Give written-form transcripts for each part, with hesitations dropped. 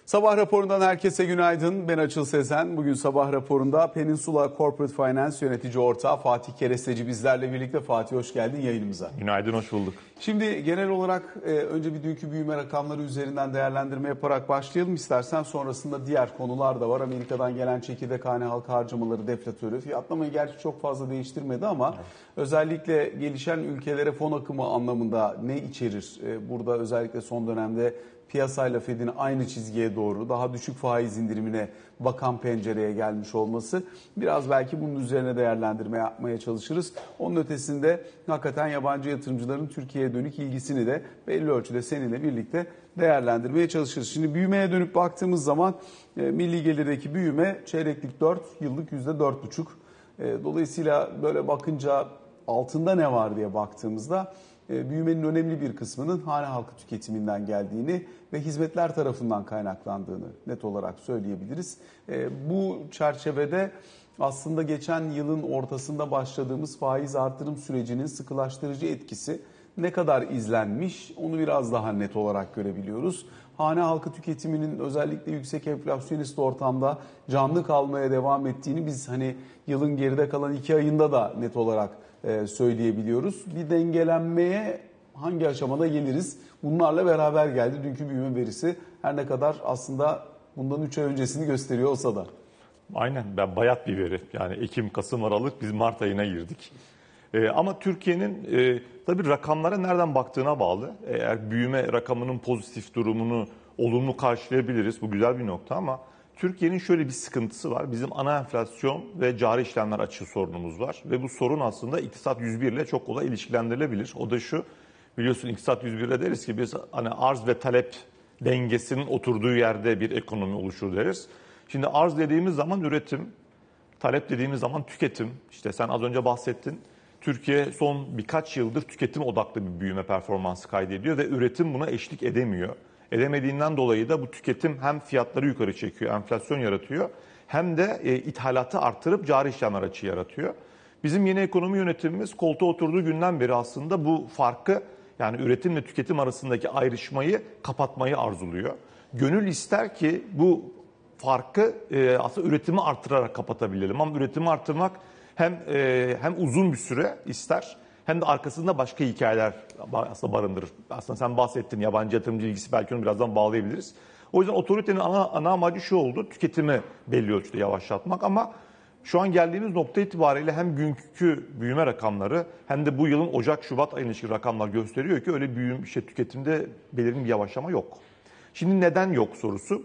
Sabah raporundan herkese günaydın. Ben Açıl Sezen. Bugün sabah raporunda Peninsula Corporate Finance yönetici ortağı Fatih Keresteci bizlerle birlikte. Fatih hoş geldin yayınımıza. Günaydın, hoş bulduk. Şimdi genel olarak önce bir dünkü büyüme rakamları üzerinden değerlendirme yaparak başlayalım istersen. Sonrasında diğer konular da var. Amerika'dan gelen çekirdek hane halkı harcamaları deflatörü. Fiyatlamayı gerçi çok fazla değiştirmedi ama evet, özellikle gelişen ülkelere fon akımı anlamında ne içerir? Burada özellikle son dönemde piyasayla Fed'in aynı çizgiye doğru daha düşük faiz indirimine bakan pencereye gelmiş olması, biraz belki bunun üzerine değerlendirme yapmaya çalışırız. Onun ötesinde hakikaten yabancı yatırımcıların Türkiye'ye dönük ilgisini de belli ölçüde seninle birlikte değerlendirmeye çalışırız. Şimdi büyümeye dönüp baktığımız zaman milli gelirdeki büyüme çeyreklik 4, yıllık %4,5. Dolayısıyla böyle bakınca altında ne var diye baktığımızda büyümenin önemli bir kısmının hane halkı tüketiminden geldiğini ve hizmetler tarafından kaynaklandığını net olarak söyleyebiliriz. Bu çerçevede aslında geçen yılın ortasında başladığımız faiz artırım sürecinin sıkılaştırıcı etkisi ne kadar izlenmiş onu biraz daha net olarak görebiliyoruz. Hane halkı tüketiminin özellikle yüksek enflasyonist ortamda canlı kalmaya devam ettiğini biz yılın geride kalan 2 ayında da net olarak söyleyebiliyoruz. Bir dengelenmeye hangi aşamada geliriz? Bunlarla beraber geldi dünkü büyüme verisi. Her ne kadar aslında bundan 3 ay öncesini gösteriyor olsa da. Aynen, bayat bir veri. Yani Ekim, Kasım, Aralık, biz Mart ayına girdik. Ama Türkiye'nin tabii rakamlara nereden baktığına bağlı. Eğer büyüme rakamının pozitif durumunu olumlu karşılayabiliriz. Bu güzel bir nokta ama Türkiye'nin şöyle bir sıkıntısı var. Bizim ana enflasyon ve cari işlemler açığı sorunumuz var. Ve bu sorun aslında İktisat 101 ile çok kolay ilişkilendirilebilir. O da şu, biliyorsun İktisat 101'de deriz ki biz arz ve talep dengesinin oturduğu yerde bir ekonomi oluşur deriz. Şimdi arz dediğimiz zaman üretim, talep dediğimiz zaman tüketim. İşte sen az önce bahsettin. Türkiye son birkaç yıldır tüketim odaklı bir büyüme performansı kaydediyor ve üretim buna eşlik edemiyor. Edemediğinden dolayı da bu tüketim hem fiyatları yukarı çekiyor, enflasyon yaratıyor, hem de ithalatı artırıp cari işlemler açığı yaratıyor. Bizim yeni ekonomi yönetimimiz koltuğa oturduğu günden beri aslında bu farkı, yani üretimle tüketim arasındaki ayrışmayı kapatmayı arzuluyor. Gönül ister ki bu farkı aslında üretimi artırarak kapatabilelim. Ama üretimi artırmak hem uzun bir süre ister, hem de arkasında başka hikayeler aslında barındırır. Aslında sen bahsettin, yabancı yatırımcı ilgisi, belki onu birazdan bağlayabiliriz. O yüzden otoritenin ana amacı şu oldu: tüketimi belli ölçüde yavaşlatmak. Ama şu an geldiğimiz nokta itibariyle hem günkü büyüme rakamları hem de bu yılın Ocak-Şubat ayına ilişkin rakamlar gösteriyor ki öyle tüketimde belirgin bir yavaşlama yok. Şimdi neden yok sorusu.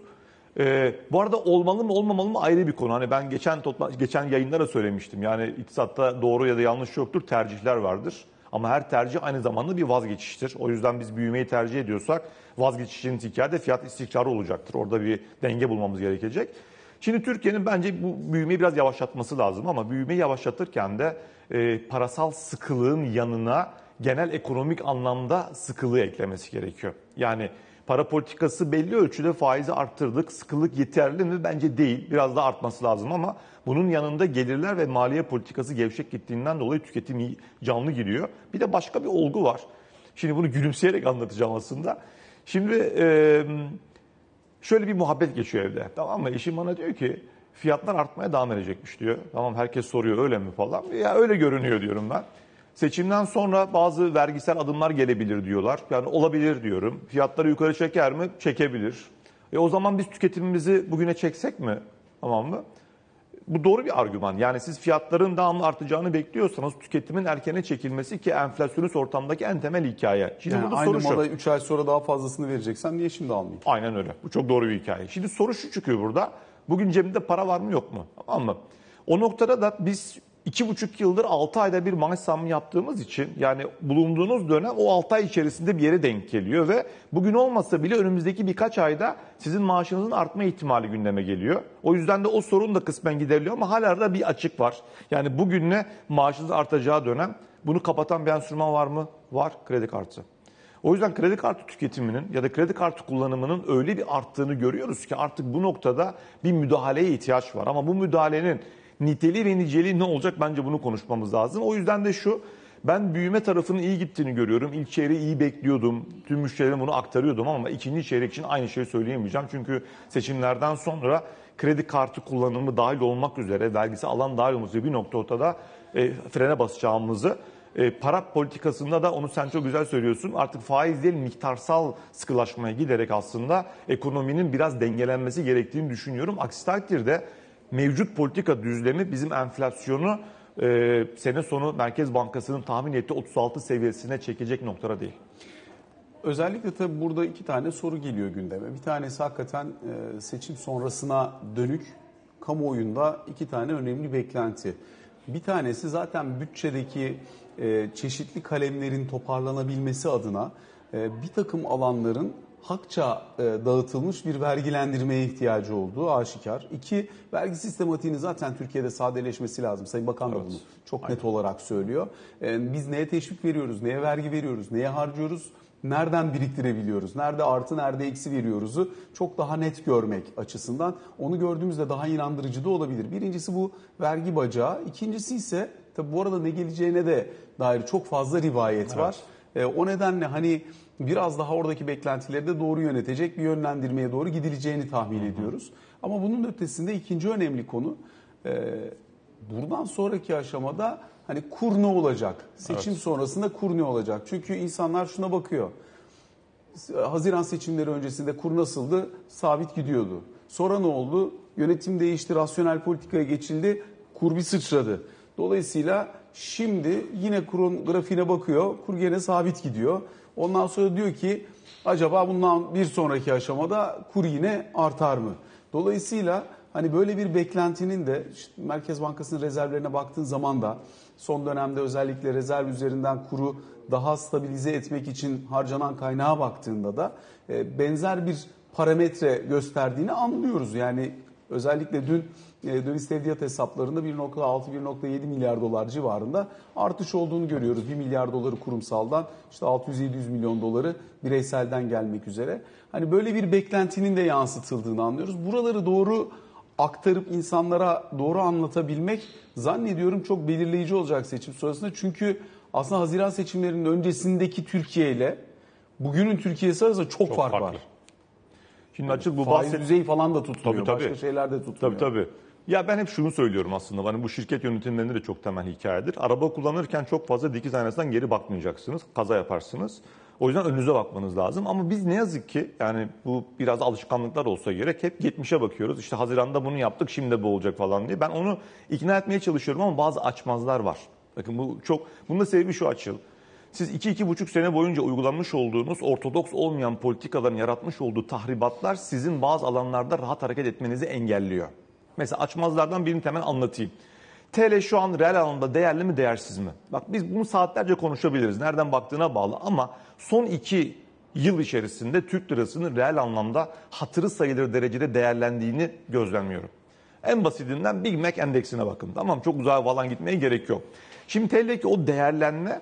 Bu arada olmalı mı olmamalı mı ayrı bir konu. Ben geçen yayınlara söylemiştim. Yani iktisatta doğru ya da yanlış yoktur, tercihler vardır. Ama her tercih aynı zamanda bir vazgeçiştir. O yüzden biz büyümeyi tercih ediyorsak vazgeçişimiz hikayede fiyat istikrarı olacaktır. Orada bir denge bulmamız gerekecek. Şimdi Türkiye'nin bence bu büyümeyi biraz yavaşlatması lazım ama büyümeyi yavaşlatırken de parasal sıkılığın yanına genel ekonomik anlamda sıkılığı eklemesi gerekiyor. Yani para politikası belli ölçüde faizi arttırdık. Sıkılık yeterli mi? Bence değil. Biraz da artması lazım ama bunun yanında gelirler ve maliye politikası gevşek gittiğinden dolayı tüketim canlı gidiyor. Bir de başka bir olgu var. Şimdi bunu gülümseyerek anlatacağım aslında. Şimdi şöyle bir muhabbet geçiyor evde. Tamam mı? Eşim bana diyor ki fiyatlar artmaya devam edecekmiş diyor. Tamam, herkes soruyor öyle mi falan. Ya öyle görünüyor diyorum ben. Seçimden sonra bazı vergisel adımlar gelebilir diyorlar. Yani olabilir diyorum. Fiyatları yukarı çeker mi? Çekebilir. O zaman biz tüketimimizi bugüne çeksek mi? Tamam mı? Bu doğru bir argüman. Yani siz fiyatların devamlı artacağını bekliyorsanız tüketimin erkene çekilmesi, ki enflasyonist ortamdaki en temel hikaye. Şimdi yani aynı mala 3 ay sonra daha fazlasını vereceksen niye şimdi almayayım? Aynen öyle. Bu çok doğru bir hikaye. Şimdi soru şu çıkıyor burada. Bugün cebimde para var mı yok mu? Tamam mı? O noktada da biz 2,5 yıldır 6 ayda bir maaş zammı yaptığımız için, yani bulunduğunuz dönem o 6 ay içerisinde bir yere denk geliyor ve bugün olmasa bile önümüzdeki birkaç ayda sizin maaşınızın artma ihtimali gündeme geliyor. O yüzden de o sorun da kısmen gideriliyor ama hala da bir açık var. Yani bugünle maaşınız artacağı dönem, bunu kapatan bir enstrüman var mı? Var, kredi kartı. O yüzden kredi kartı tüketiminin ya da kredi kartı kullanımının öyle bir arttığını görüyoruz ki artık bu noktada bir müdahaleye ihtiyaç var. Ama bu müdahalenin niteliği ve niceliği ne olacak, bence bunu konuşmamız lazım. O yüzden de şu, Ben büyüme tarafının iyi gittiğini görüyorum. İlk çeyreği iyi bekliyordum. Tüm müşterilerim bunu aktarıyordum ama ikinci çeyrek için aynı şeyi söyleyemeyeceğim. Çünkü seçimlerden sonra kredi kartı kullanımı dahil olmak üzere, vergisi alan dahil olmak üzere bir noktada frene basacağımızı, para politikasında da onu sen çok güzel söylüyorsun. Artık faiz değil miktarsal sıkılaşmaya giderek aslında ekonominin biraz dengelenmesi gerektiğini düşünüyorum. Aksi takdirde mevcut politika düzlemi bizim enflasyonu sene sonu Merkez Bankası'nın tahmin ettiği 36 seviyesine çekecek noktada değil. Özellikle tabii burada iki tane soru geliyor gündeme. Bir tanesi hakikaten seçim sonrasına dönük kamuoyunda iki tane önemli beklenti. Bir tanesi zaten bütçedeki çeşitli kalemlerin toparlanabilmesi adına bir takım alanların hakça dağıtılmış bir vergilendirmeye ihtiyacı olduğu aşikar. İki, vergi sistematiğinin zaten Türkiye'de sadeleşmesi lazım. Sayın Bakan da bunu çok net olarak söylüyor. Biz neye teşvik veriyoruz, neye vergi veriyoruz, neye harcıyoruz, nereden biriktirebiliyoruz, nerede artı, nerede eksi veriyoruzu çok daha net görmek açısından. Onu gördüğümüzde daha inandırıcı da olabilir. Birincisi bu vergi bacağı. İkincisi ise tabii bu arada ne geleceğine de dair çok fazla rivayet var. O nedenle hani biraz daha oradaki beklentileri de doğru yönetecek bir yönlendirmeye doğru gidileceğini tahmin ediyoruz. Ama bunun ötesinde ikinci önemli konu buradan sonraki aşamada hani kur ne olacak? Seçim sonrasında kur ne olacak? Çünkü insanlar şuna bakıyor. Haziran seçimleri öncesinde kur nasıldı? Sabit gidiyordu. Sonra ne oldu? Yönetim değişti, rasyonel politikaya geçildi, kur bir sıçradı. Dolayısıyla şimdi yine kurun grafiğine bakıyor, kur gene sabit gidiyor. Ondan sonra diyor ki acaba bundan bir sonraki aşamada kur yine artar mı? Dolayısıyla hani böyle bir beklentinin de işte Merkez Bankası'nın rezervlerine baktığın zaman da son dönemde özellikle rezerv üzerinden kuru daha stabilize etmek için harcanan kaynağa baktığında da benzer bir parametre gösterdiğini anlıyoruz. Yani özellikle dün döviz tevdiat hesaplarında 1.6-1.7 milyar dolar civarında artış olduğunu görüyoruz. 1 milyar doları kurumsaldan, işte 600-700 milyon doları bireyselden gelmek üzere. Hani böyle bir beklentinin de yansıtıldığını anlıyoruz. Buraları doğru aktarıp insanlara doğru anlatabilmek zannediyorum çok belirleyici olacak seçim sonrasında. Çünkü aslında Haziran seçimlerinin öncesindeki Türkiye ile bugünün Türkiye'si arasında çok fark var. Şimdi açık bu faiz düzeyi falan da tutmuyor. Tabii. Başka şeyler de tutmuyor. Tabii. Ya ben hep şunu söylüyorum aslında. Hani bu şirket yönetimlerinde de çok temel hikayedir. Araba kullanırken çok fazla dikiz aynasından geri bakmayacaksınız. Kaza yaparsınız. O yüzden önünüze bakmanız lazım. Ama biz ne yazık ki yani bu biraz alışkanlıklar olsa gerek hep 70'e bakıyoruz. İşte Haziran'da bunu yaptık, şimdi bu olacak falan diye. Ben onu ikna etmeye çalışıyorum ama bazı açmazlar var. Bakın bunun da sebebi şu Açıl. Siz 2-2,5 sene boyunca uygulanmış olduğunuz ortodoks olmayan politikaların yaratmış olduğu tahribatlar sizin bazı alanlarda rahat hareket etmenizi engelliyor. Mesela açmazlardan birini hemen anlatayım. TL şu an reel anlamda değerli mi, değersiz mi? Bak biz bunu saatlerce konuşabiliriz. Nereden baktığına bağlı ama son 2 yıl içerisinde Türk lirasının reel anlamda hatırı sayılır derecede değerlendiğini gözlemliyorum. En basitinden Big Mac endeksine bakın. Tamam, çok uzağa falan gitmeye gerek yok. Şimdi TL'deki o değerlenme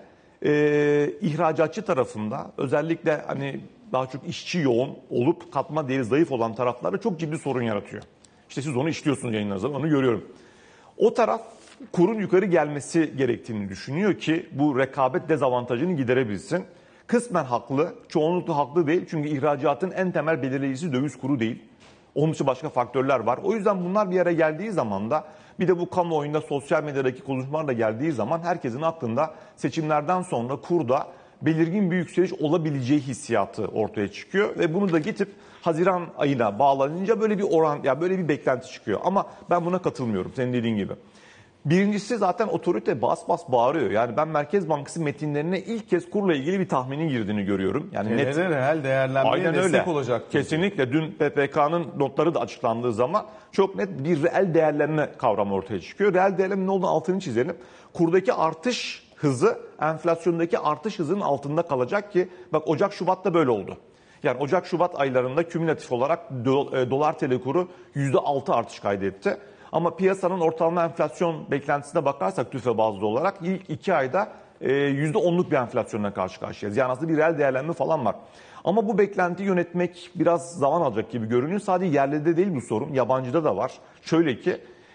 ihracatçı tarafında özellikle hani daha çok işçi yoğun olup katma değeri zayıf olan taraflarda çok ciddi sorun yaratıyor. İşte siz onu işliyorsunuz yayınlarınızda, onu görüyorum. O taraf kurun yukarı gelmesi gerektiğini düşünüyor ki bu rekabet dezavantajını giderebilsin. Kısmen haklı, çoğunlukla haklı değil. Çünkü ihracatın en temel belirleyicisi döviz kuru değil. Onun için başka faktörler var. O yüzden bunlar bir yere geldiği zaman da bir de bu kamuoyunda sosyal medyadaki konuşmalar da geldiği zaman herkesin aklında seçimlerden sonra kurda belirgin bir yükseliş olabileceği hissiyatı ortaya çıkıyor. Ve bunu da gidip Haziran ayına bağlanınca böyle bir oran, ya böyle bir beklenti çıkıyor. Ama ben buna katılmıyorum senin dediğin gibi. Birincisi zaten otorite bas bas bağırıyor. Yani ben Merkez Bankası metinlerine ilk kez kurla ilgili bir tahminin girdiğini görüyorum. Yani net reel değerlenmeye destek olacak. Kesinlikle dün PPK'nın notları da açıklandığı zaman çok net bir reel değerlenme kavramı ortaya çıkıyor. Reel değerlenme ne olduğunu altını çizelim. Kurdaki artış hızı enflasyondaki artış hızının altında kalacak ki bak Ocak-Şubat'ta böyle oldu. Yani Ocak-Şubat aylarında kümülatif olarak dolar TL kuru %6 artış kaydetti. Ama piyasanın ortalama enflasyon beklentisine bakarsak TÜFE bazlı olarak ilk 2 ayda %10'luk bir enflasyonla karşı karşıyayız. Yani aslında bir reel değerlenme falan var. Ama bu beklentiyi yönetmek biraz zaman alacak gibi görünüyor. Sadece yerlide değil bu sorun, yabancıda da var. Şöyle ki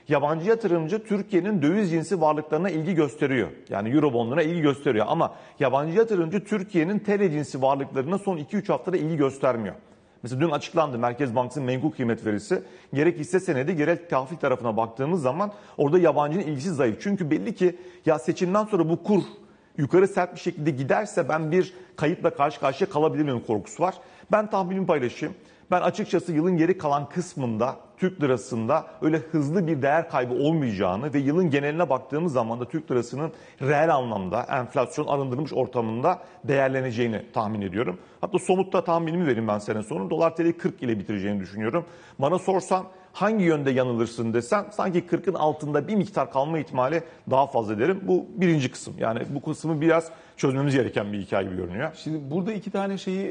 Yabancı yatırımcı Türkiye'nin döviz cinsi varlıklarına ilgi gösteriyor. Yani Eurobond'una ilgi gösteriyor ama yabancı yatırımcı Türkiye'nin TL cinsi varlıklarına son 2-3 haftada ilgi göstermiyor. Mesela dün açıklandı Merkez Bankası'nın menkul kıymet verisi. Gerek hisse senedi gerek tahvil tarafına baktığımız zaman orada yabancının ilgisi zayıf. Çünkü belli ki ya seçimden sonra bu kur yukarı sert bir şekilde giderse ben bir kayıpla karşı karşıya kalabilirim korkusu var. Ben tahminimi paylaşayım. Ben açıkçası yılın geri kalan kısmında Türk lirasında öyle hızlı bir değer kaybı olmayacağını ve yılın geneline baktığımız zaman da Türk lirasının reel anlamda enflasyon arındırılmış ortamında değerleneceğini tahmin ediyorum. Hatta somutta tahminimi vereyim ben sene sonu. Dolar TL 40 ile bitireceğini düşünüyorum. Bana sorsan hangi yönde yanılırsın desem sanki 40'ın altında bir miktar kalma ihtimali daha fazla derim. Bu birinci kısım. Yani bu kısmı biraz çözmemiz gereken bir hikaye gibi görünüyor. Şimdi burada iki tane şeyi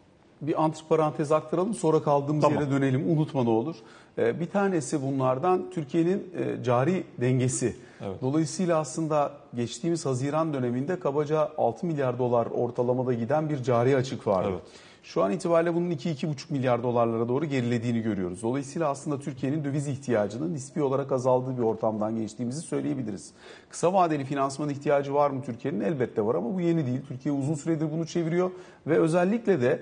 bir antiparantez aktaralım, sonra kaldığımız yere dönelim. Unutma ne olur. Bir tanesi bunlardan Türkiye'nin cari dengesi. Evet. Dolayısıyla aslında geçtiğimiz Haziran döneminde kabaca 6 milyar dolar ortalamada giden bir cari açık vardı. Evet. Şu an itibariyle bunun 2-2,5 milyar dolarlara doğru gerilediğini görüyoruz. Dolayısıyla aslında Türkiye'nin döviz ihtiyacının nispi olarak azaldığı bir ortamdan geçtiğimizi söyleyebiliriz. Kısa vadeli finansman ihtiyacı var mı Türkiye'nin? Elbette var ama bu yeni değil. Türkiye uzun süredir bunu çeviriyor ve özellikle de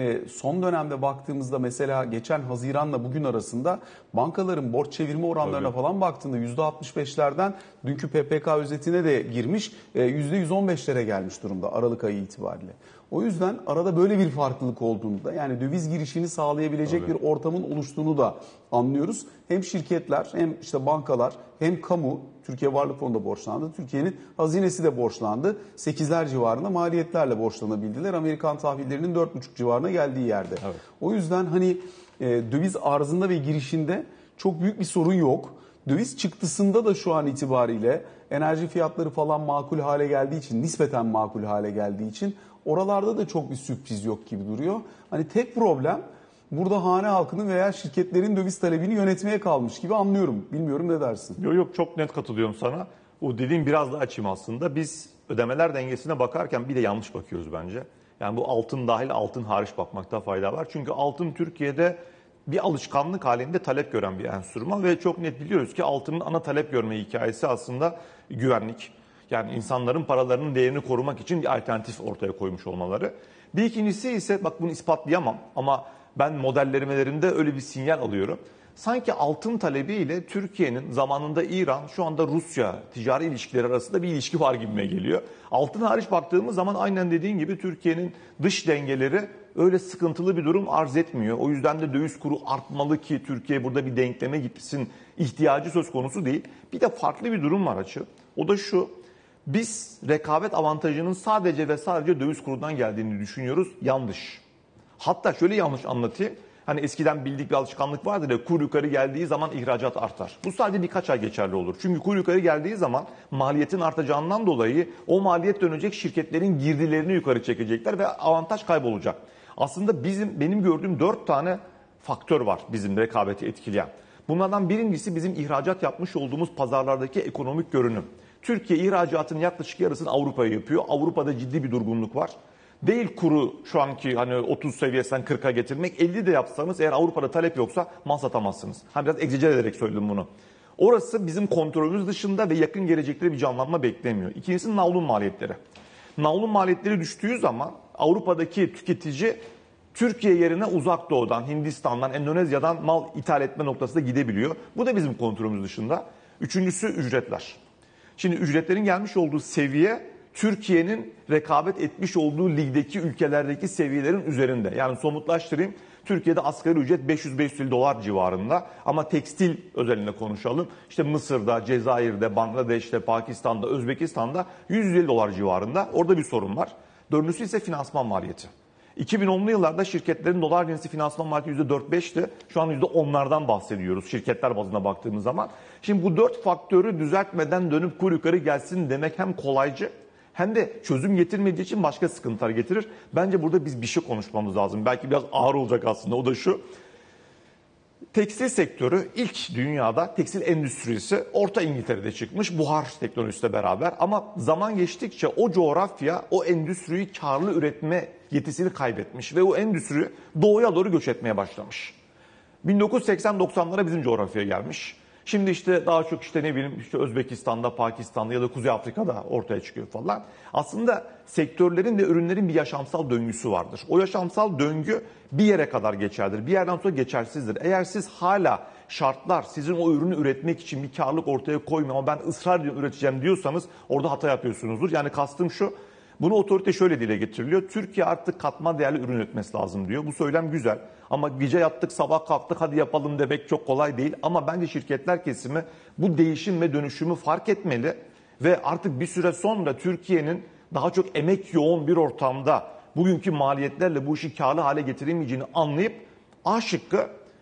son dönemde baktığımızda mesela geçen Haziran'la bugün arasında bankaların borç çevirme oranlarına falan baktığında %65'lerden dünkü PPK özetine de girmiş %115'lere gelmiş durumda Aralık ayı itibariyle. O yüzden arada böyle bir farklılık olduğunda yani döviz girişini sağlayabilecek bir ortamın oluştuğunu da anlıyoruz. Hem şirketler hem işte bankalar hem kamu, Türkiye Varlık Fonu da borçlandı. Türkiye'nin hazinesi de borçlandı. 8'ler civarında maliyetlerle borçlanabildiler. Amerikan tahvillerinin 4,5 civarına geldiği yerde. Evet. O yüzden hani döviz arzında ve girişinde çok büyük bir sorun yok. Döviz çıktısında da şu an itibariyle enerji fiyatları falan makul hale geldiği için, nispeten makul hale geldiği için oralarda da çok bir sürpriz yok gibi duruyor. Hani tek problem burada hane halkının veya şirketlerin döviz talebini yönetmeye kalmış gibi anlıyorum. Bilmiyorum ne dersin? Yok çok net katılıyorum sana. O dediğim biraz da açayım aslında. Biz ödemeler dengesine bakarken bir de yanlış bakıyoruz bence. Yani bu altın dahil altın hariç bakmakta fayda var. Çünkü altın Türkiye'de bir alışkanlık halinde talep gören bir enstrüman ve çok net biliyoruz ki altının ana talep görme hikayesi aslında güvenlik. Yani insanların paralarının değerini korumak için bir alternatif ortaya koymuş olmaları. Bir ikincisi ise bak bunu ispatlayamam ama ben modellemelerinde öyle bir sinyal alıyorum. Sanki altın talebiyle Türkiye'nin zamanında İran, şu anda Rusya ticari ilişkileri arasında bir ilişki var gibime geliyor. Altın hariç baktığımız zaman aynen dediğin gibi Türkiye'nin dış dengeleri öyle sıkıntılı bir durum arz etmiyor. O yüzden de döviz kuru artmalı ki Türkiye burada bir denkleme gitsin ihtiyacı söz konusu değil. Bir de farklı bir durum var açık. O da şu. Biz rekabet avantajının sadece ve sadece döviz kurundan geldiğini düşünüyoruz. Yanlış. Hatta şöyle yanlış anlatayım. Hani eskiden bildik bir alışkanlık vardır ya kur yukarı geldiği zaman ihracat artar. Bu sadece birkaç ay geçerli olur. Çünkü kur yukarı geldiği zaman maliyetin artacağından dolayı o maliyet dönecek şirketlerin girdilerini yukarı çekecekler ve avantaj kaybolacak. Aslında benim gördüğüm 4 tane faktör var bizim rekabeti etkileyen. Bunlardan birincisi bizim ihracat yapmış olduğumuz pazarlardaki ekonomik görünüm. Türkiye ihracatının yaklaşık yarısını Avrupa'ya yapıyor. Avrupa'da ciddi bir durgunluk var. Değil kuru şu anki hani 30 seviyesinden 40'a getirmek, 50 de yapsanız eğer Avrupa'da talep yoksa mal satamazsınız. Biraz egzece ederek söyledim bunu. Orası bizim kontrolümüz dışında ve yakın gelecekte bir canlanma beklemiyor. İkincisi navlun maliyetleri. Navlun maliyetleri düştüğü zaman Avrupa'daki tüketici Türkiye yerine uzak doğudan, Hindistan'dan, Endonezya'dan mal ithal etme noktasında gidebiliyor. Bu da bizim kontrolümüz dışında. Üçüncüsü ücretler. Şimdi ücretlerin gelmiş olduğu seviye Türkiye'nin rekabet etmiş olduğu ligdeki ülkelerdeki seviyelerin üzerinde. Yani somutlaştırayım. Türkiye'de asgari ücret 500-550 dolar civarında ama tekstil özelinde konuşalım. İşte Mısır'da, Cezayir'de, Bangladeş'te, Pakistan'da, Özbekistan'da 150 dolar civarında. Orada bir sorun var. Dördüncüsü ise finansman maliyeti. 2010'lu yıllarda şirketlerin dolar cinsi finansman maliyeti %4-5'ti. Şu an %10'lardan bahsediyoruz şirketler bazına baktığımız zaman. Şimdi bu 4 faktörü düzeltmeden dönüp kur yukarı gelsin demek hem kolaycı hem de çözüm getirmediği için başka sıkıntılar getirir. Bence burada biz bir şey konuşmamız lazım. Belki biraz ağır olacak aslında, o da şu. Tekstil sektörü ilk dünyada tekstil endüstrisi Orta İngiltere'de çıkmış buhar teknolojisiyle beraber. Ama zaman geçtikçe o coğrafya o endüstriyi karlı üretme yetisini kaybetmiş. Ve o endüstri doğuya doğru göç etmeye başlamış. 1980-90'lara bizim coğrafyaya gelmiş. Şimdi işte daha çok işte ne bileyim işte Özbekistan'da, Pakistan'da ya da Kuzey Afrika'da ortaya çıkıyor falan. Aslında sektörlerin ve ürünlerin bir yaşamsal döngüsü vardır. O yaşamsal döngü bir yere kadar geçerlidir. Bir yerden sonra geçersizdir. Eğer siz hala şartlar sizin o ürünü üretmek için bir karlılık ortaya koymuyor ama ben ısrar ediyorum üreteceğim diyorsanız orada hata yapıyorsunuzdur. Yani kastım şu. Bunu otorite şöyle dile getiriliyor. Türkiye artık katma değerli ürün üretmesi lazım diyor. Bu söylem güzel. Ama gece yattık sabah kalktık hadi yapalım demek çok kolay değil. Ama bence şirketler kesimi bu değişim ve dönüşümü fark etmeli. Ve artık bir süre sonra Türkiye'nin daha çok emek yoğun bir ortamda bugünkü maliyetlerle bu işi karlı hale getiremeyeceğini anlayıp A şıkkı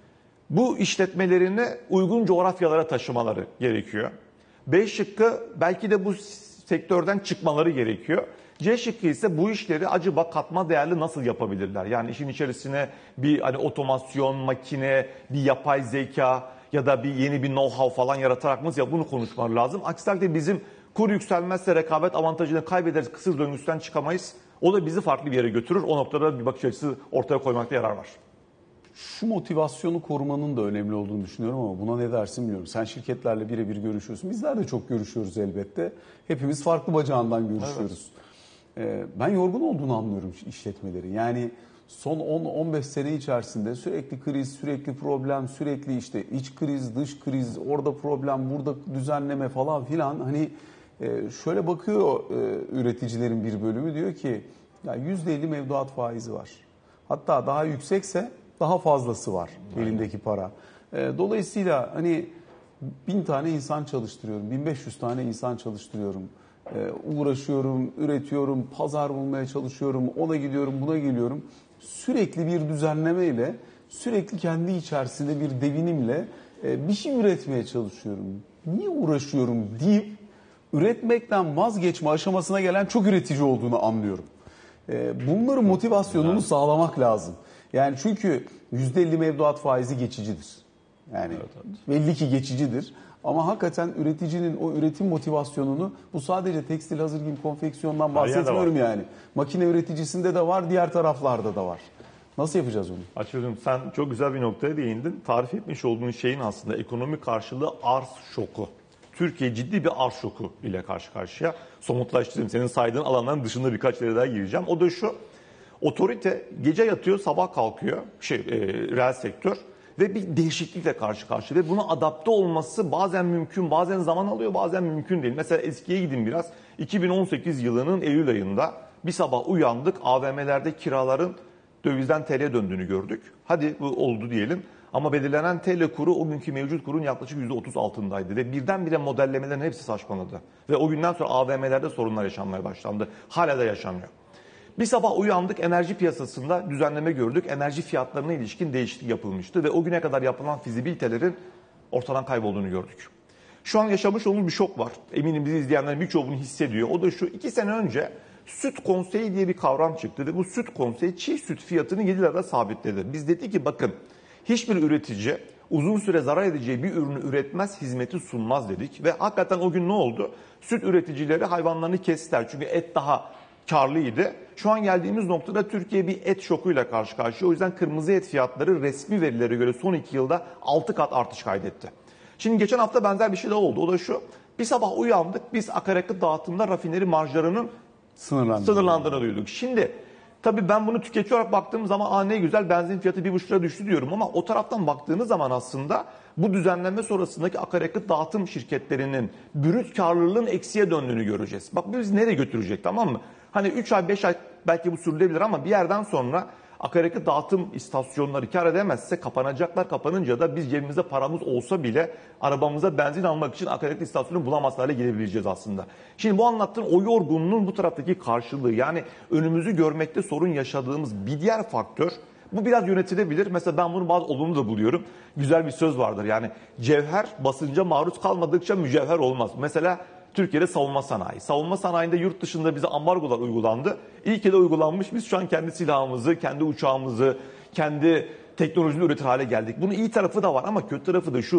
bu işletmelerini uygun coğrafyalara taşımaları gerekiyor. B şıkkı belki de bu sektörden çıkmaları gerekiyor. C şıkkı ise bu işleri acaba katma değerli nasıl yapabilirler? Yani işin içerisine bir hani otomasyon, makine, bir yapay zeka ya da bir yeni bir know-how falan yaratarak mı ya bunu konuşmalar lazım. Aksi takdirde bizim kur yükselmezse rekabet avantajını kaybederiz, kısır döngüsünden çıkamayız. O da bizi farklı bir yere götürür. O noktada bir bakış açısı ortaya koymakta yarar var. Şu motivasyonu korumanın da önemli olduğunu düşünüyorum ama buna ne dersin bilmiyorum. Sen şirketlerle birebir görüşüyorsun. Bizler de çok görüşüyoruz elbette. Hepimiz farklı bacağından görüşüyoruz. Evet. Ben yorgun olduğunu anlıyorum işletmelerin. Yani son 10-15 sene içerisinde sürekli kriz, sürekli problem, sürekli işte iç kriz, dış kriz, orada problem, burada düzenleme falan filan. Hani şöyle bakıyor üreticilerin bir bölümü diyor ki ya %50 mevduat faizi var. Hatta daha yüksekse daha fazlası var elindeki para. Dolayısıyla hani 1000 tane insan çalıştırıyorum, 1500 tane insan çalıştırıyorum. Uğraşıyorum, üretiyorum, pazar bulmaya çalışıyorum, ona gidiyorum, buna geliyorum. Sürekli bir düzenlemeyle, sürekli kendi içerisinde bir devinimle bir şey üretmeye çalışıyorum. Niye uğraşıyorum deyip üretmekten vazgeçme aşamasına gelen çok üretici olduğunu anlıyorum. Bunların motivasyonunu sağlamak lazım. Yani çünkü %50 mevduat faizi geçicidir. Yani belli ki geçicidir. Ama hakikaten üreticinin o üretim motivasyonunu bu sadece tekstil, hazır giyim, konfeksiyondan bahsetmiyorum yani. Makine üreticisinde de var, diğer taraflarda da var. Nasıl yapacağız onu? Açıkçası sen çok güzel bir noktaya değindin. Tarif etmiş olduğun şeyin aslında ekonomik karşılığı arz şoku. Türkiye ciddi bir arz şoku ile karşı karşıya. Somutlaştırayım. Senin saydığın alanların dışında birkaç yere daha gireceğim. O da şu. Otorite gece yatıyor, sabah kalkıyor. Reel sektör. Ve bir değişiklikle karşı karşıya. Ve buna adapte olması bazen mümkün, bazen zaman alıyor, bazen mümkün değil. Mesela eskiye gidin biraz. 2018 yılının Eylül ayında bir sabah uyandık. AVM'lerde kiraların dövizden TL'ye döndüğünü gördük. Hadi bu oldu diyelim. Ama belirlenen TL kuru o günkü mevcut kurun yaklaşık %30 altındaydı. Ve birdenbire modellemelerin hepsi saçmaladı. Ve o günden sonra AVM'lerde sorunlar yaşanmaya başlandı. Hala da yaşanıyor. Bir sabah uyandık, enerji piyasasında düzenleme gördük. Enerji fiyatlarına ilişkin değişiklik yapılmıştı ve o güne kadar yapılan fizibilitelerin ortadan kaybolduğunu gördük. Şu an yaşamış olduğumuz bir şok var. Eminim bizi izleyenlerin birçoğu bunu hissediyor. O da şu: 2 sene önce süt konseyi diye bir kavram çıktı ve bu süt konseyi çiğ süt fiyatını 7 lirada sabitledi. Biz dedik ki bakın, hiçbir üretici uzun süre zarar edeceği bir ürünü üretmez, hizmeti sunmaz dedik. Ve hakikaten o gün ne oldu? Süt üreticileri hayvanlarını kestiler çünkü et daha karlıydı. Şu an geldiğimiz noktada Türkiye bir et şokuyla karşı karşıya. O yüzden kırmızı et fiyatları resmi verilere göre son 2 yılda 6 kat artış kaydetti. Şimdi geçen hafta benzer bir şey daha oldu. O da şu: bir sabah uyandık, biz akaryakıt dağıtımda rafineri marjlarının sınırlandığını duyduk. Şimdi tabii ben bunu tüketici olarak baktığım zaman ne güzel benzin fiyatı 1,5 lira düştü diyorum ama o taraftan baktığınız zaman aslında bu düzenleme sonrasındaki akaryakıt dağıtım şirketlerinin brüt karlılığın eksiye döndüğünü göreceğiz. Bak biz nereye götürecek, tamam mı? Hani 3 ay 5 ay belki bu sürdürülebilir ama bir yerden sonra akaryakıt dağıtım istasyonları kar edemezse kapanacaklar. Kapanınca da biz cebimizde paramız olsa bile arabamıza benzin almak için akaryakıt istasyonu bulamaz hale gelebileceğiz aslında. Şimdi bu anlattığım o yorgunluğun bu taraftaki karşılığı, yani önümüzü görmekte sorun yaşadığımız bir diğer faktör. Bu biraz yönetilebilir. Mesela ben bunu bazı olumlu da buluyorum. Güzel bir söz vardır. Yani cevher basınca maruz kalmadıkça mücevher olmaz. Mesela Türkiye'de savunma sanayi. Savunma sanayinde yurt dışında bize ambargolar uygulandı. İyi ki de uygulanmış. Biz şu an kendi silahımızı, kendi uçağımızı, kendi teknolojini üretir hale geldik. Bunun iyi tarafı da var ama kötü tarafı da şu: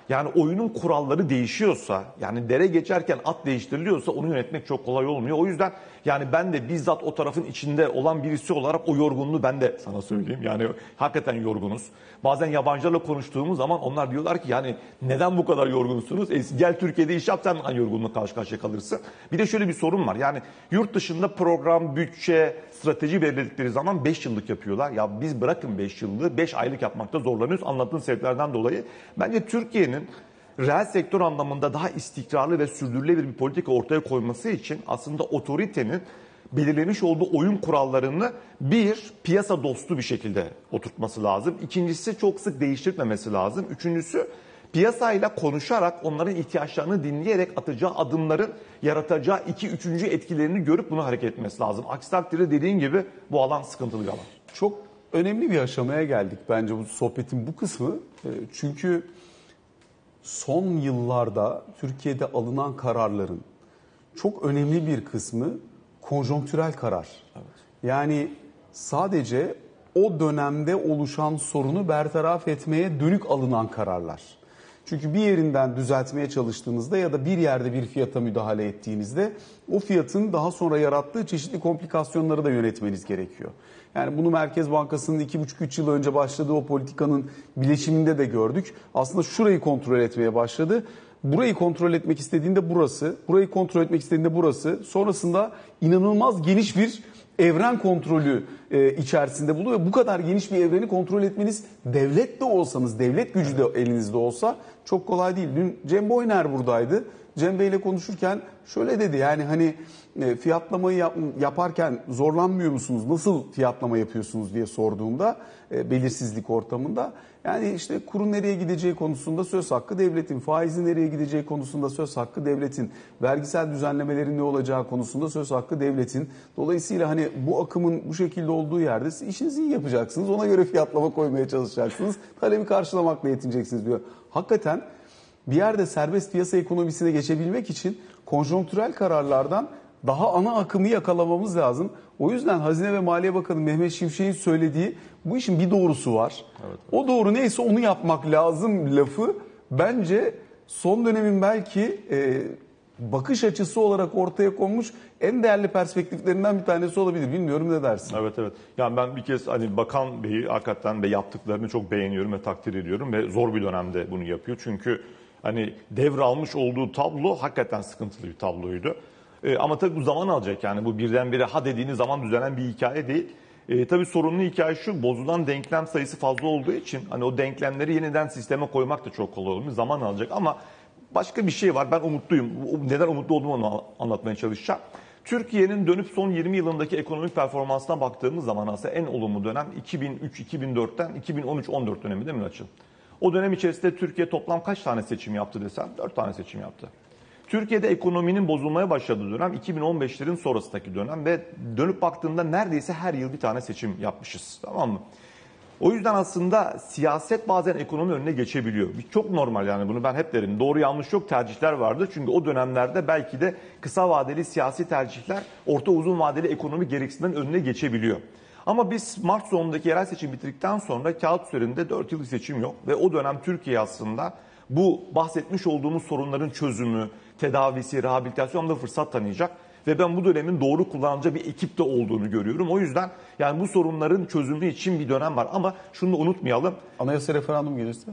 Yani oyunun kuralları değişiyorsa, yani dere geçerken at değiştiriliyorsa onu yönetmek çok kolay olmuyor. O yüzden yani ben de bizzat o tarafın içinde olan birisi olarak o yorgunluğu ben de sana söyleyeyim. Yani hakikaten yorgunuz. Bazen yabancılarla konuştuğumuz zaman onlar diyorlar ki yani neden bu kadar yorgunsunuz? Gel Türkiye'de iş yap, sen hangi yorgunlukla karşı karşıya kalırsın? Bir de şöyle bir sorun var. Yani yurt dışında program, bütçe, strateji belirledikleri zaman 5 yıllık yapıyorlar. Ya biz bırakın 5 yıllığı 5 aylık yapmakta zorlanıyoruz anlattığın sebeplerden dolayı. Bence Türkiye'nin reel sektör anlamında daha istikrarlı ve sürdürülebilir bir politika ortaya koyması için aslında otoritenin belirlemiş olduğu oyun kurallarını bir, piyasa dostu bir şekilde oturtması lazım. İkincisi çok sık değiştirmemesi lazım. Üçüncüsü piyasayla konuşarak onların ihtiyaçlarını dinleyerek atacağı adımların yaratacağı 2-3. etkilerini görüp buna hareket etmesi lazım. Aksi takdirde dediğin gibi bu alan sıkıntılı bir alan. Çok önemli bir aşamaya geldik bence bu sohbetin bu kısmı. Çünkü son yıllarda Türkiye'de alınan kararların çok önemli bir kısmı konjonktürel karar. Evet. Yani sadece o dönemde oluşan sorunu bertaraf etmeye dönük alınan kararlar. Çünkü bir yerinden düzeltmeye çalıştığınızda ya da bir yerde bir fiyata müdahale ettiğinizde o fiyatın daha sonra yarattığı çeşitli komplikasyonları da yönetmeniz gerekiyor. Yani bunu Merkez Bankası'nın 2,5-3 yıl önce başladığı o politikanın bileşiminde de gördük. Aslında şurayı kontrol etmeye başladı. Burayı kontrol etmek istediğinde burası, burayı kontrol etmek istediğinde burası. Sonrasında inanılmaz geniş bir evren kontrolü içerisinde buluyor. Bu kadar geniş bir evreni kontrol etmeniz devlet de olsanız, devlet gücü de elinizde olsa çok kolay değil. Dün Cem Boyner buradaydı. Cem Bey ile konuşurken şöyle dedi, yani hani fiyatlamayı yaparken zorlanmıyor musunuz? Nasıl fiyatlama yapıyorsunuz diye sorduğumda belirsizlik ortamında. Yani işte kurun nereye gideceği konusunda söz hakkı devletin, faizin nereye gideceği konusunda söz hakkı devletin, vergisel düzenlemelerin ne olacağı konusunda söz hakkı devletin. Dolayısıyla hani bu akımın bu şekilde olduğu yerde siz işinizi iyi yapacaksınız. Ona göre fiyatlama koymaya çalışacaksınız. Talebi karşılamakla yetineceksiniz diyor. Hakikaten bir yerde serbest piyasa ekonomisine geçebilmek için konjonktürel kararlardan daha ana akımı yakalamamız lazım. O yüzden Hazine ve Maliye Bakanı Mehmet Şimşek'in söylediği bu işin bir doğrusu var. Evet. O doğru neyse onu yapmak lazım lafı bence son dönemin belki bakış açısı olarak ortaya konmuş en değerli perspektiflerinden bir tanesi olabilir. Bilmiyorum, ne dersin? Evet. Yani ben bir kez hani Bakan Bey'i hakikaten ve yaptıklarını çok beğeniyorum ve takdir ediyorum ve zor bir dönemde bunu yapıyor. Çünkü hani devralmış olduğu tablo hakikaten sıkıntılı bir tabloydu. Ama tabii bu zaman alacak, yani bu birdenbire ha dediğiniz zaman düzelen bir hikaye değil. Tabii sorunlu hikaye şu, bozulan denklem sayısı fazla olduğu için hani o denklemleri yeniden sisteme koymak da çok kolay olmuyor. Zaman alacak ama başka bir şey var, ben umutluyum. Neden umutlu olduğumu anlatmaya çalışacağım. Türkiye'nin dönüp son 20 yılındaki ekonomik performansına baktığımız zaman aslında en olumlu dönem 2003-2004'ten 2013-14 dönemi değil mi Açın? O dönem içerisinde Türkiye toplam kaç tane seçim yaptı desem? 4 tane seçim yaptı. Türkiye'de ekonominin bozulmaya başladığı dönem 2015'lerin sonrasındaki dönem ve dönüp baktığında neredeyse her yıl bir tane seçim yapmışız, tamam mı? O yüzden aslında siyaset bazen ekonomi önüne geçebiliyor. Çok normal, yani bunu ben hep derim. Doğru yanlış yok, tercihler vardı. Çünkü o dönemlerde belki de kısa vadeli siyasi tercihler orta uzun vadeli ekonomi gereksinimlerin önüne geçebiliyor. Ama biz Mart sonundaki yerel seçim bitirdikten sonra kağıt üzerinde 4 yıllık seçim yok. Ve o dönem Türkiye aslında bu bahsetmiş olduğumuz sorunların çözümü, tedavisi, rehabilitasyonda fırsat tanıyacak. Ve ben bu dönemin doğru kullanılacağı bir ekipte olduğunu görüyorum. O yüzden yani bu sorunların çözümü için bir dönem var. Ama şunu da unutmayalım. Anayasa referandum gelirse?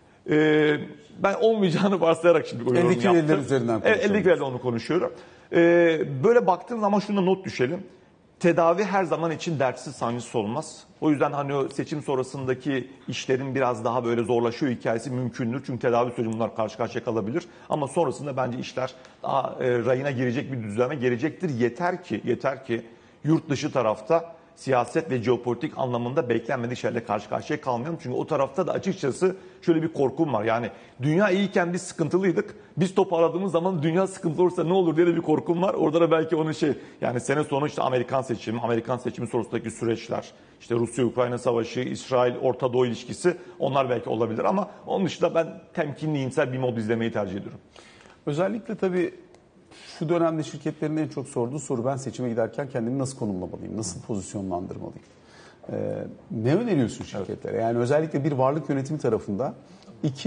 Ben olmayacağını varsayarak şimdi o yorumu yaptım. 52 veriler üzerinden konuşuyorum. Evet, 52 verilerle onu konuşuyorum. Böyle baktığım zaman şuna not düşelim. Tedavi her zaman için dertsiz sancısız olmaz. O yüzden hani o seçim sonrasındaki işlerin biraz daha böyle zorlaşıyor hikayesi mümkündür. Çünkü tedavi süreci bunlar karşı karşıya kalabilir. Ama sonrasında bence işler daha rayına girecek bir düzenleme gelecektir. Yeter ki yurt dışı tarafta siyaset ve jeopolitik anlamında beklenmedik şeylerle karşı karşıya kalmayalım. Çünkü o tarafta da açıkçası şöyle bir korkum var. Yani dünya iyiyken biz sıkıntılıydık. Biz toparladığımız zaman dünya sıkıntılı olursa ne olur diye de bir korkum var. Orada da belki onun yani sene sonu işte Amerikan seçimi sonrasındaki süreçler, işte Rusya-Ukrayna savaşı, İsrail-Orta Doğu ilişkisi, onlar belki olabilir. Ama onun dışında ben temkinli, iyimser bir mod izlemeyi tercih ediyorum. Özellikle tabii şu dönemde şirketlerin en çok sorduğu soru, ben seçime giderken kendimi nasıl konumlamalıyım, nasıl pozisyonlandırmalıyım? Ne öneriyorsun şirketlere? Yani özellikle bir varlık yönetimi tarafında, 2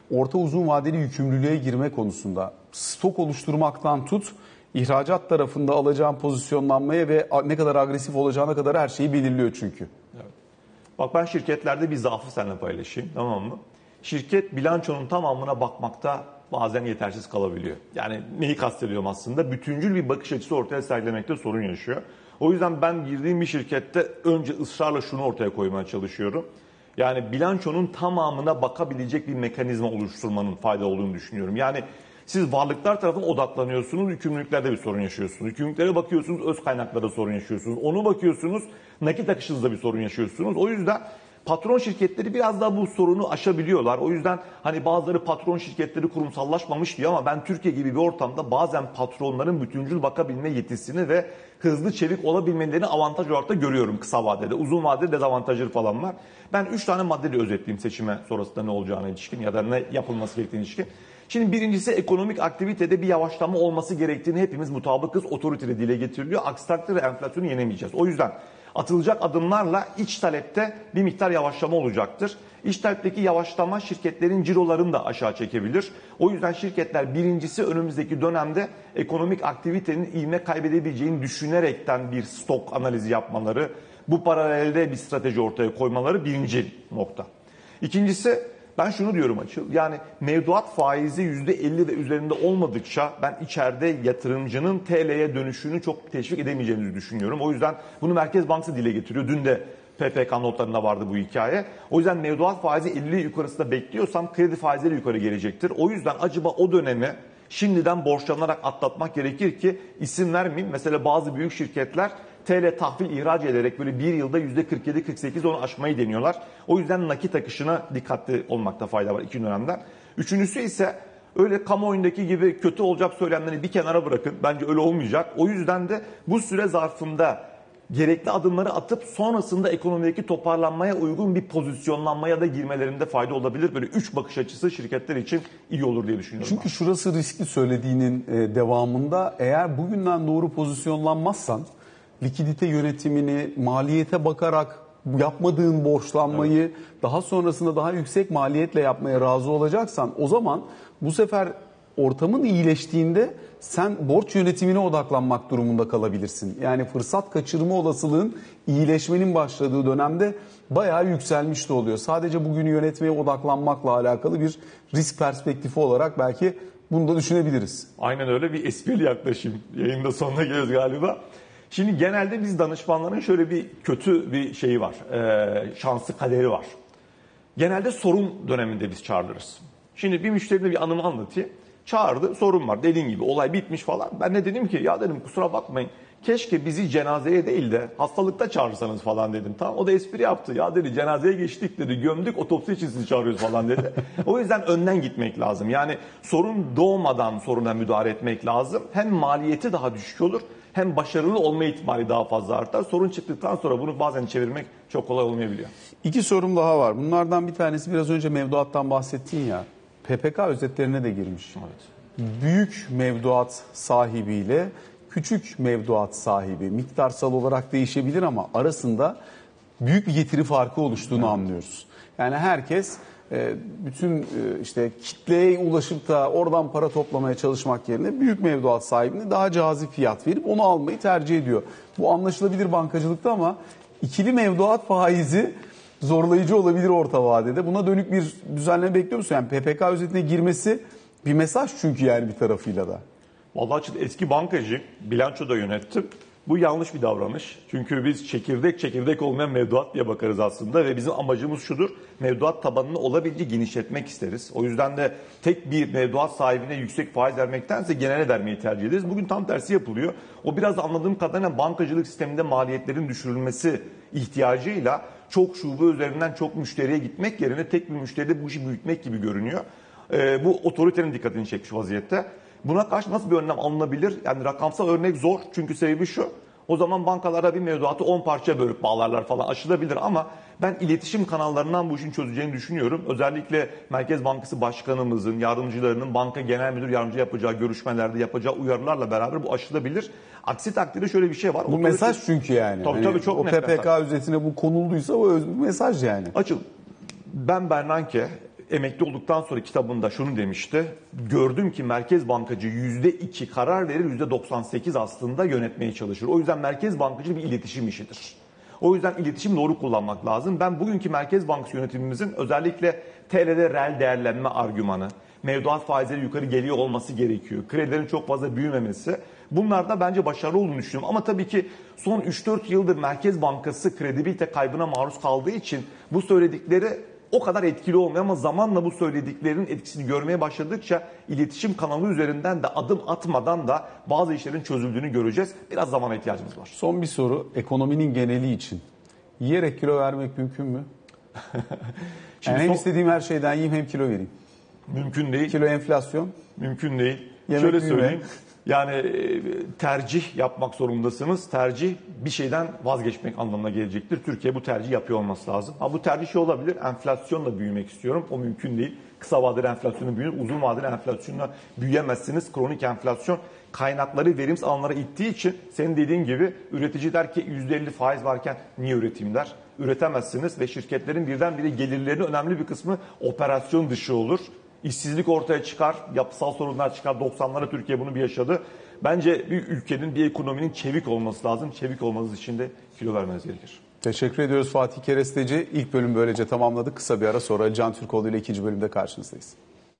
orta uzun vadeli yükümlülüğe girme konusunda stok oluşturmaktan tut, ihracat tarafında alacağın pozisyonlanmaya ve ne kadar agresif olacağına kadar her şeyi belirliyor çünkü. Evet. Bak ben şirketlerde bir zaafı seninle paylaşayım, tamam mı? Şirket bilançonun tamamına bakmakta bazen yetersiz kalabiliyor. Yani neyi kastediyorum aslında? Bütüncül bir bakış açısı ortaya sergilemekte sorun yaşıyor. O yüzden ben girdiğim bir şirkette önce ısrarla şunu ortaya koymaya çalışıyorum. Yani bilançonun tamamına bakabilecek bir mekanizma oluşturmanın fayda olduğunu düşünüyorum. Yani siz varlıklar tarafına odaklanıyorsunuz, yükümlülüklerde bir sorun yaşıyorsunuz. Yükümlülüklere bakıyorsunuz, öz kaynaklarda sorun yaşıyorsunuz. Onu bakıyorsunuz, nakit akışınızda bir sorun yaşıyorsunuz. O yüzden patron şirketleri biraz daha bu sorunu aşabiliyorlar. O yüzden hani bazıları patron şirketleri kurumsallaşmamış diyor ama ben Türkiye gibi bir ortamda bazen patronların bütüncül bakabilme yetisini ve hızlı çevik olabilmelerini avantaj olarak da görüyorum kısa vadede. Uzun vadede dezavantajları falan var. Ben 3 tane maddeyle özetleyeyim seçime sonrasında ne olacağına ilişkin ya da ne yapılması gerektiğine ilişkin. Şimdi birincisi ekonomik aktivitede bir yavaşlama olması gerektiğini hepimiz mutabıkız, otoritede dile getiriliyor. Aksi takdirde enflasyonu yenemeyeceğiz. O yüzden atılacak adımlarla iç talepte bir miktar yavaşlama olacaktır. İç talepteki yavaşlama şirketlerin cirolarını da aşağı çekebilir. O yüzden şirketler birincisi önümüzdeki dönemde ekonomik aktivitenin ivme kaybedebileceğini düşünerekten bir stok analizi yapmaları, bu paralelde bir strateji ortaya koymaları birinci nokta. İkincisi ben şunu diyorum Açıl, yani mevduat faizi %50 ve üzerinde olmadıkça ben içeride yatırımcının TL'ye dönüşünü çok teşvik edemeyeceğimizi düşünüyorum. O yüzden bunu Merkez Bankası dile getiriyor. Dün de PPK notlarında vardı bu hikaye. O yüzden mevduat faizi 50 yukarısında bekliyorsam kredi faizleri yukarı gelecektir. O yüzden acaba o dönemi şimdiden borçlanarak atlatmak gerekir ki isim vermeyeyim. Mesela bazı büyük şirketler TL tahvil ihraç ederek böyle bir yılda %47-48 onu aşmayı deniyorlar. O yüzden nakit akışına dikkatli olmakta fayda var iki dönemden. Üçüncüsü ise öyle kamuoyundaki gibi kötü olacak söylemleri bir kenara bırakın. Bence öyle olmayacak. O yüzden de bu süre zarfında gerekli adımları atıp sonrasında ekonomideki toparlanmaya uygun bir pozisyonlanmaya da girmelerinde fayda olabilir. Böyle 3 bakış açısı şirketler için iyi olur diye düşünüyorum. Çünkü şurası riskli söylediğinin devamında eğer bugünden doğru pozisyonlanmazsan likidite yönetimini maliyete bakarak yapmadığın borçlanmayı daha sonrasında daha yüksek maliyetle yapmaya razı olacaksan o zaman bu sefer ortamın iyileştiğinde sen borç yönetimine odaklanmak durumunda kalabilirsin. Yani fırsat kaçırma olasılığın iyileşmenin başladığı dönemde bayağı yükselmiş de oluyor. Sadece bugünü yönetmeye odaklanmakla alakalı bir risk perspektifi olarak belki bunu da düşünebiliriz. Aynen öyle, bir esprili yaklaşım. Yayında sonuna geliyoruz galiba. Şimdi genelde biz danışmanların şöyle bir kötü bir şeyi var. Şanslı kaderi var. Genelde sorun döneminde biz çağrılırız. Şimdi bir müşterine bir anımı anlatayım. Çağırdı, sorun var dediğin gibi, olay bitmiş falan. Ben ne dedim ki, ya dedim kusura bakmayın, keşke bizi cenazeye değil de hastalıkta çağırırsanız falan dedim. Tamam, o da espri yaptı. Ya dedi, cenazeye geçtik dedi, gömdük, otopsi için sizi çağırıyoruz falan dedi. O yüzden önden gitmek lazım. Yani sorun doğmadan soruna müdahale etmek lazım. Hem maliyeti daha düşük olur, hem başarılı olma ihtimali daha fazla artar. Sorun çıktıktan sonra bunu bazen çevirmek çok kolay olmayabiliyor. 2 sorum daha var. Bunlardan bir tanesi biraz önce mevduattan bahsettin ya. PPK özetlerine de girmiş. Evet. Büyük mevduat sahibiyle küçük mevduat sahibi miktarsal olarak değişebilir ama arasında büyük bir getiri farkı oluştuğunu anlıyoruz. Yani herkes bütün işte kitleye ulaşıp da oradan para toplamaya çalışmak yerine büyük mevduat sahibine daha cazip fiyat verip onu almayı tercih ediyor. Bu anlaşılabilir bankacılıkta ama ikili mevduat faizi zorlayıcı olabilir orta vadede. Buna dönük bir düzenleme bekliyor musun? Yani PPK özetine girmesi bir mesaj çünkü yani bir tarafıyla da. Vallahi eski bankacı, bilanço da yönettim. Bu yanlış bir davranış. Çünkü biz çekirdek olmayan mevduat diye bakarız aslında ve bizim amacımız şudur: mevduat tabanını olabildiğince genişletmek isteriz. O yüzden de tek bir mevduat sahibine yüksek faiz vermektense genele vermeyi tercih ederiz. Bugün tam tersi yapılıyor. O biraz anladığım kadarıyla bankacılık sisteminde maliyetlerin düşürülmesi ihtiyacıyla çok şube üzerinden çok müşteriye gitmek yerine tek bir müşteride bu işi büyütmek gibi görünüyor. Bu otoritenin dikkatini çekmiş vaziyette. Buna karşı nasıl bir önlem alınabilir? Yani rakamsal örnek zor, çünkü sebebi şu: o zaman bankalara bir mevduatı 10 parçaya bölüp bağlarlar falan, aşılabilir ama ben iletişim kanallarından bu işin çözeceğini düşünüyorum. Özellikle Merkez Bankası Başkanımızın, yardımcılarının banka genel müdür yardımcı yapacağı görüşmelerde yapacağı uyarılarla beraber bu aşılabilir. Aksi takdirde şöyle bir şey var. Bu mesaj çünkü yani. Tabii çok o net PPK mesaj. özetine bu konulduysa o mesaj yani. Açıl, ben Bernanke emekli olduktan sonra kitabında şunu demişti. Gördüm ki merkez bankacı %2 karar verir, %98 aslında yönetmeye çalışır. O yüzden merkez bankacılık bir iletişim işidir. O yüzden iletişim doğru kullanmak lazım. Ben bugünkü Merkez Bankası yönetimimizin özellikle TL'de reel değerlenme argümanı, mevduat faizleri yukarı geliyor olması gerekiyor. Kredilerin çok fazla büyümemesi. Bunlar da bence başarılı olduğunu düşünüyorum. Ama tabii ki son 3-4 yıldır Merkez Bankası kredibilite kaybına maruz kaldığı için bu söyledikleri o kadar etkili olmuyor ama zamanla bu söylediklerinin etkisini görmeye başladıkça iletişim kanalı üzerinden de adım atmadan da bazı işlerin çözüldüğünü göreceğiz. Biraz zamana ihtiyacımız var. Son bir soru ekonominin geneli için. Yiyerek kilo vermek mümkün mü? Yani hem istediğim her şeyden yiyeyim hem kilo vereyim. Mümkün değil. Kilo enflasyon. Mümkün değil. Yemek Şöyle büyüme. söyleyeyim. Yani tercih yapmak zorundasınız. Tercih bir şeyden vazgeçmek anlamına gelecektir. Türkiye bu tercih yapıyor olması lazım. Ha bu tercih şey olabilir. Enflasyonla büyümek istiyorum. O mümkün değil. Kısa vadeli enflasyonla büyünür. Uzun vadeli enflasyonla büyüyemezsiniz. Kronik enflasyon kaynakları verimsiz alanlara ittiği için senin dediğin gibi üretici der ki %50 faiz varken niye üreteyim der. Üretemezsiniz ve şirketlerin birdenbire gelirlerinin önemli bir kısmı operasyon dışı olur. İşsizlik ortaya çıkar, yapısal sorunlar çıkar. 90'larda Türkiye bunu bir yaşadı. Bence bir ülkenin, bir ekonominin çevik olması lazım. Çevik olması için de kilo vermeniz gerekir. Teşekkür ediyoruz Fatih Keresteci. İlk bölüm böylece tamamladık. Kısa bir ara sonra Ali Can Türkoğlu ile ikinci bölümde karşınızdayız.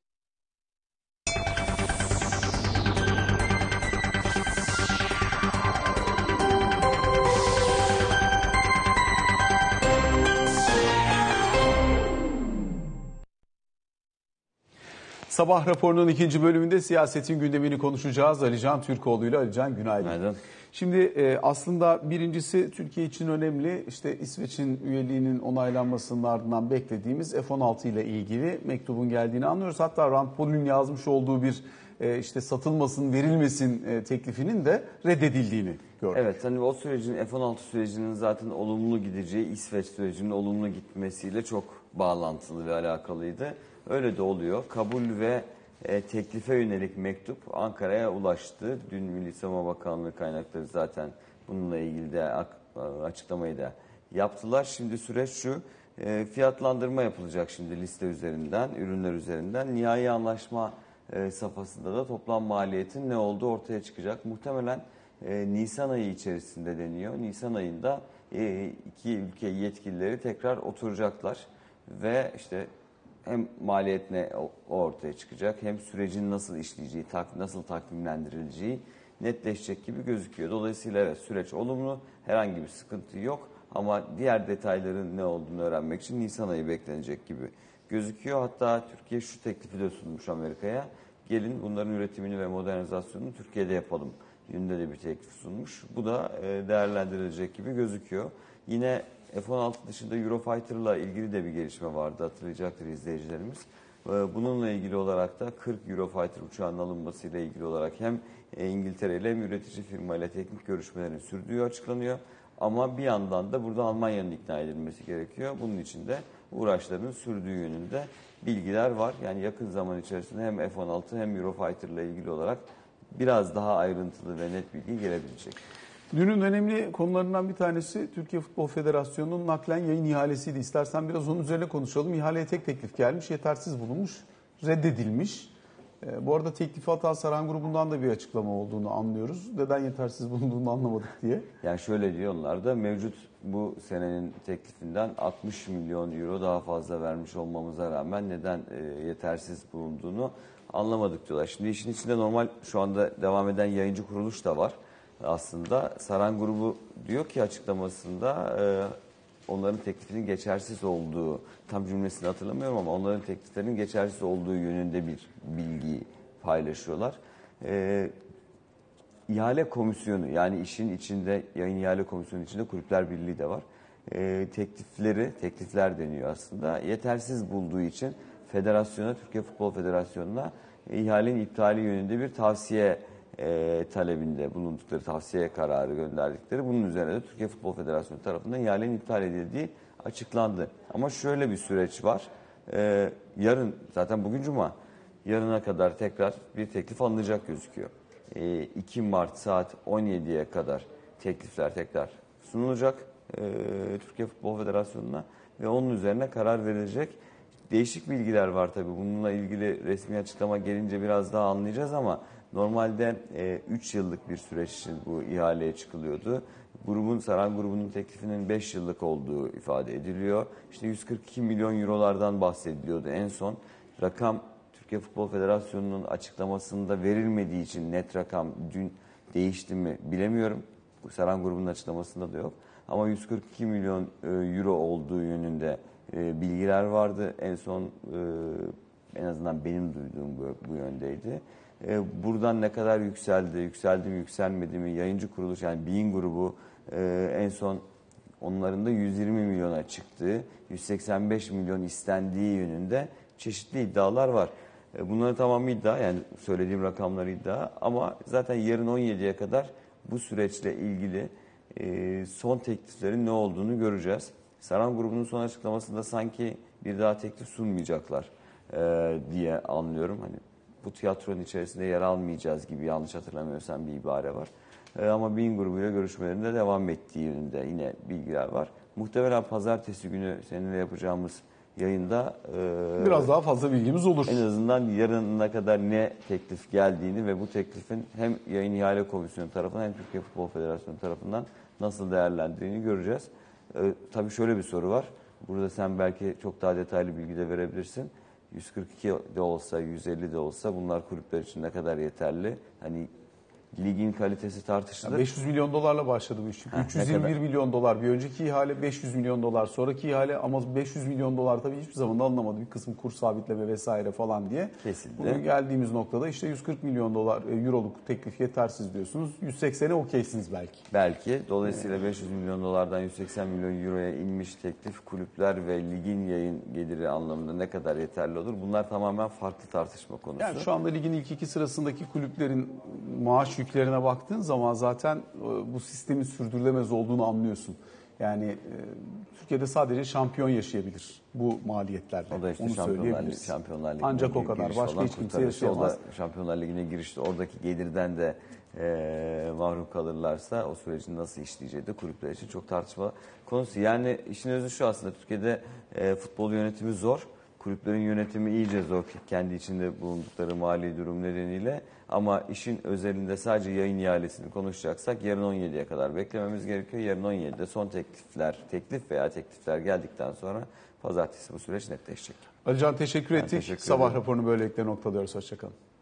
Sabah raporunun ikinci bölümünde siyasetin gündemini konuşacağız. Ali Can Türkoğlu ile. Ali Can günaydın. Günaydın. Şimdi aslında birincisi Türkiye için önemli. İşte İsveç'in üyeliğinin onaylanmasının ardından beklediğimiz F-16 ile ilgili mektubun geldiğini anlıyoruz. Hatta Rand Paul'ün yazmış olduğu bir işte satılmasın, verilmesin teklifinin de reddedildiğini gördük. Evet, hani o sürecin F-16 sürecinin zaten olumlu gideceği İsveç sürecinin olumlu gitmesiyle çok bağlantılı ve alakalıydı. Öyle de oluyor. Kabul ve teklife yönelik mektup Ankara'ya ulaştı. Dün Milli Savunma Bakanlığı kaynakları zaten bununla ilgili de açıklamayı da yaptılar. Şimdi süreç şu, fiyatlandırma yapılacak şimdi liste üzerinden, ürünler üzerinden. Nihai anlaşma safhasında da toplam maliyetin ne olduğu ortaya çıkacak. Muhtemelen Nisan ayı içerisinde deniyor. Nisan ayında iki ülke yetkilileri tekrar oturacaklar ve işte hem maliyet ne ortaya çıkacak hem sürecin nasıl işleyeceği, nasıl takvimlendirileceği netleşecek gibi gözüküyor. Dolayısıyla evet süreç olumlu, herhangi bir sıkıntı yok ama diğer detayların ne olduğunu öğrenmek için Nisan ayı beklenecek gibi gözüküyor. Hatta Türkiye şu teklifi de sunmuş Amerika'ya. Gelin bunların üretimini ve modernizasyonunu Türkiye'de yapalım yönünde de bir teklif sunmuş. Bu da değerlendirilecek gibi gözüküyor. Yine F-16 dışında Eurofighter'la ilgili de bir gelişme vardı, hatırlayacaktır izleyicilerimiz. Bununla ilgili olarak da 40 Eurofighter uçağının alınmasıyla ilgili olarak hem İngiltere ile hem üretici firma ile teknik görüşmelerin sürdüğü açıklanıyor. Ama bir yandan da burada Almanya'nın ikna edilmesi gerekiyor. Bunun için de uğraşların sürdüğü yönünde bilgiler var. Yani yakın zaman içerisinde hem F-16 hem Eurofighter ile ilgili olarak biraz daha ayrıntılı ve net bilgi gelebilecek. Dünün önemli konularından bir tanesi Türkiye Futbol Federasyonu'nun naklen yayın ihalesiydi. İstersen biraz onun üzerine konuşalım. İhaleye tek teklif gelmiş, yetersiz bulunmuş, reddedilmiş. Bu arada teklifi atan Saran grubundan da bir açıklama olduğunu anlıyoruz. Neden yetersiz bulunduğunu anlamadık diye. Yani şöyle diyorlar da mevcut bu senenin teklifinden 60 milyon euro daha fazla vermiş olmamıza rağmen neden yetersiz bulunduğunu anlamadık diyorlar. Şimdi işin içinde normal şu anda devam eden yayıncı kuruluş da var. Aslında Saran grubu diyor ki açıklamasında onların teklifinin geçersiz olduğu, tam cümlesini hatırlamıyorum ama onların tekliflerinin geçersiz olduğu yönünde bir bilgi paylaşıyorlar. İhale komisyonu, yani işin içinde yayın ihale komisyonu içinde Kulüpler Birliği de var. Teklifler deniyor aslında. Yetersiz bulduğu için federasyona, Türkiye Futbol Federasyonu'na ihalenin iptali yönünde bir tavsiye talebinde bulundukları, tavsiye kararı gönderdikleri, bunun üzerine de Türkiye Futbol Federasyonu tarafından ihalenin iptal edildiği açıklandı. Ama şöyle bir süreç var. Yarın, zaten bugün Cuma, yarına kadar tekrar bir teklif alınacak gözüküyor. 2 Mart saat 17'ye kadar teklifler tekrar sunulacak Türkiye Futbol Federasyonu'na ve onun üzerine karar verilecek. değişik bilgiler var tabii. Bununla ilgili resmi açıklama gelince biraz daha anlayacağız ama normalde 3 yıllık bir süreç için bu ihaleye çıkılıyordu. Saran grubunun teklifinin 5 yıllık olduğu ifade ediliyor. İşte 142 milyon eurolardan bahsediliyordu en son. Rakam Türkiye Futbol Federasyonu'nun açıklamasında verilmediği için net rakam dün değişti mi bilemiyorum. Bu Saran grubunun açıklamasında da yok. Ama 142 milyon euro olduğu yönünde bilgiler vardı. En son en azından benim duyduğum bu yöndeydi. Buradan ne kadar yükseldi mi yükselmedi mi yayıncı kuruluş yani Bein grubu en son onların da 120 milyona çıktığı, 185 milyon istendiği yönünde çeşitli iddialar var. Bunların tamamı iddia, yani söylediğim rakamlar iddia ama zaten yarın 17'ye kadar bu süreçle ilgili son tekliflerin ne olduğunu göreceğiz. Saran grubunun son açıklamasında sanki bir daha teklif sunmayacaklar diye anlıyorum. Hani bu tiyatronun içerisinde yer almayacağız gibi yanlış hatırlamıyorsam bir ibare var. Ama Bein grubuyla görüşmelerinde devam ettiği yönünde yine bilgiler var. Muhtemelen pazartesi günü seninle yapacağımız yayında biraz daha fazla bilgimiz olur. En azından yarına kadar ne teklif geldiğini ve bu teklifin hem yayın ihale komisyonu tarafından hem Türkiye Futbol Federasyonu tarafından nasıl değerlendirildiğini göreceğiz. Tabii şöyle bir soru var. Burada sen belki çok daha detaylı bilgi de verebilirsin. 142 de olsa, 150 de olsa bunlar kulüpler için ne kadar yeterli? Hani ligin kalitesi tartışılır. Yani 500 milyon dolarla başladı bu iş. 321 milyon dolar bir önceki ihale, 500 milyon dolar sonraki ihale ama 500 milyon dolar tabii hiçbir zaman alınamadı. Bir kısım kur sabitleme vesaire falan diye. Kesildi. Bugün geldiğimiz noktada işte 140 milyon dolar euroluk teklif yetersiz diyorsunuz. 180'e okeysiniz belki. Belki. Dolayısıyla 500 milyon dolardan 180 milyon euroya inmiş teklif kulüpler ve ligin yayın geliri anlamında ne kadar yeterli olur? Bunlar tamamen farklı tartışma konusu. Yani şu anda ligin ilk iki sırasındaki kulüplerin maaş yüklerine baktığın zaman zaten bu sistemin sürdürülemez olduğunu anlıyorsun. Yani Türkiye'de sadece şampiyon yaşayabilir bu maliyetlerle. O da işte onu söyleyebiliriz. Şampiyonlar Ligi'ne Ancak o kadar. Başka hiç kimse yaşayamaz. O da Şampiyonlar Ligi'ne girişte oradaki gelirden de mahrum kalırlarsa o sürecin nasıl işleyeceği de kulüpler için çok tartışma konusu. Yani işin özü şu aslında Türkiye'de futbol yönetimi zor. Kulüplerin yönetimi iyice zor kendi içinde bulundukları mali durum nedeniyle. Ama işin özelinde sadece yayın ihalesini konuşacaksak yarın 17'ye kadar beklememiz gerekiyor. Yarın 17'de son teklif veya teklifler geldikten sonra pazartesi bu süreç netleşecek. Alican teşekkür ettik. Teşekkür Sabah ederim. raporunu böylelikle noktalıyoruz. Hoşçakalın.